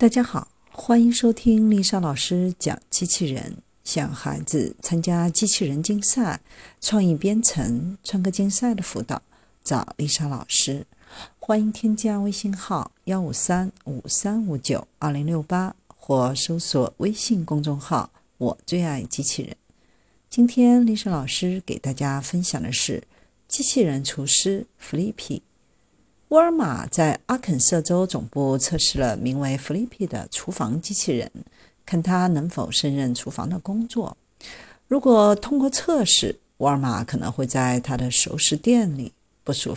大家好，欢迎收听丽莎老师讲机器人，向孩子参加机器人竞赛、创意编程、创客竞赛的辅导，找丽莎老师。欢迎添加微信号15353592068或搜索微信公众号我最爱机器人。今天丽莎老师给大家分享的是机器人厨师 Flippy。沃尔玛在阿肯色州总部测试了名为 Flippy 的厨房机器人，看它能否胜任厨房的工作。如果通过测试，沃尔玛可能会在它的熟食店里部署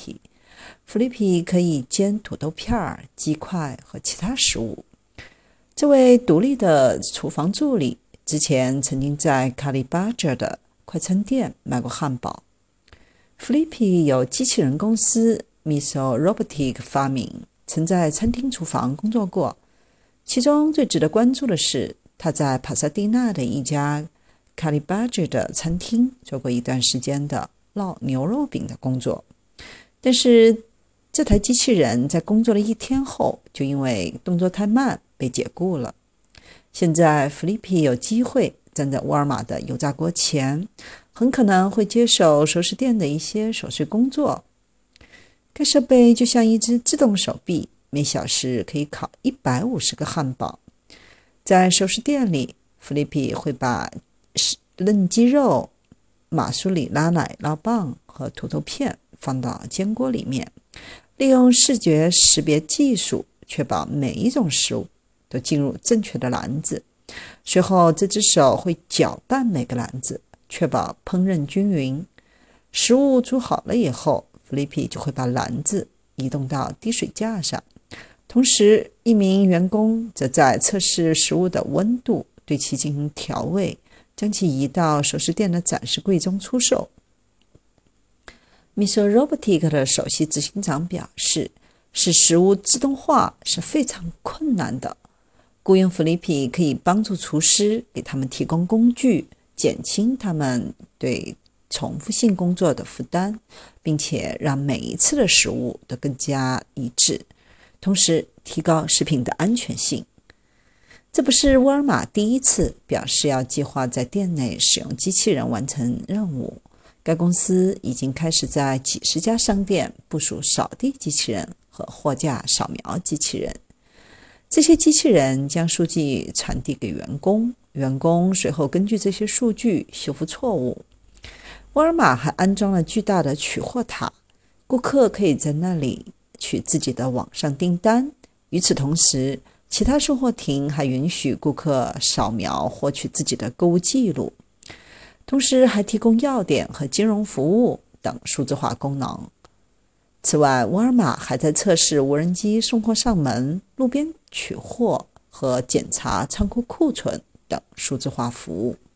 Flippy。Flippy 可以煎土豆片、鸡块和其他食物。这位独立的厨房助理之前曾经在卡里巴哲的快餐店卖过汉堡。Flippy 由机器人公司Miso Robotic 发明，曾在餐厅厨房工作过。其中最值得关注的是，他在帕萨蒂纳的一家卡里巴哲的餐厅做过一段时间的烙牛肉饼的工作。但是这台机器人在工作了1天后，就因为动作太慢被解雇了。现在 Flippy 有机会站在沃尔玛的油炸锅前，很可能会接手熟食店的一些琐碎工作。该设备就像一只自动手臂，每小时可以烤150个汉堡。在熟食店里， Flippy 会把嫩鸡肉、马苏里拉奶酪棒和土豆片放到煎锅里面，利用视觉识别技术确保每一种食物都进入正确的篮子。随后这只手会搅拌每个篮子，确保烹饪均匀。食物煮好了以后， Flippy 就会把篮子移动到滴水架上，同时一名员工则在测试食物的温度，对其进行调味，将其移到熟食店的展示柜中出售。Miso Robotic 的首席执行长表示，使食物自动化是非常困难的。雇佣 Flippy 可以帮助厨师，给他们提供工具，减轻他们对重复性工作的负担，并且让每一次的食物都更加一致，同时提高食品的安全性。这不是沃尔玛第一次表示要计划在店内使用机器人完成任务。该公司已经开始在几十家商店部署扫地机器人和货架扫描机器人。这些机器人将数据传递给员工，员工随后根据这些数据修复错误。沃尔玛还安装了巨大的取货塔，顾客可以在那里取自己的网上订单。与此同时，其他售货亭还允许顾客扫描获取自己的购物记录，同时还提供药店和金融服务等数字化功能。此外，沃尔玛还在测试无人机送货上门、路边取货和检查仓库库存等数字化服务。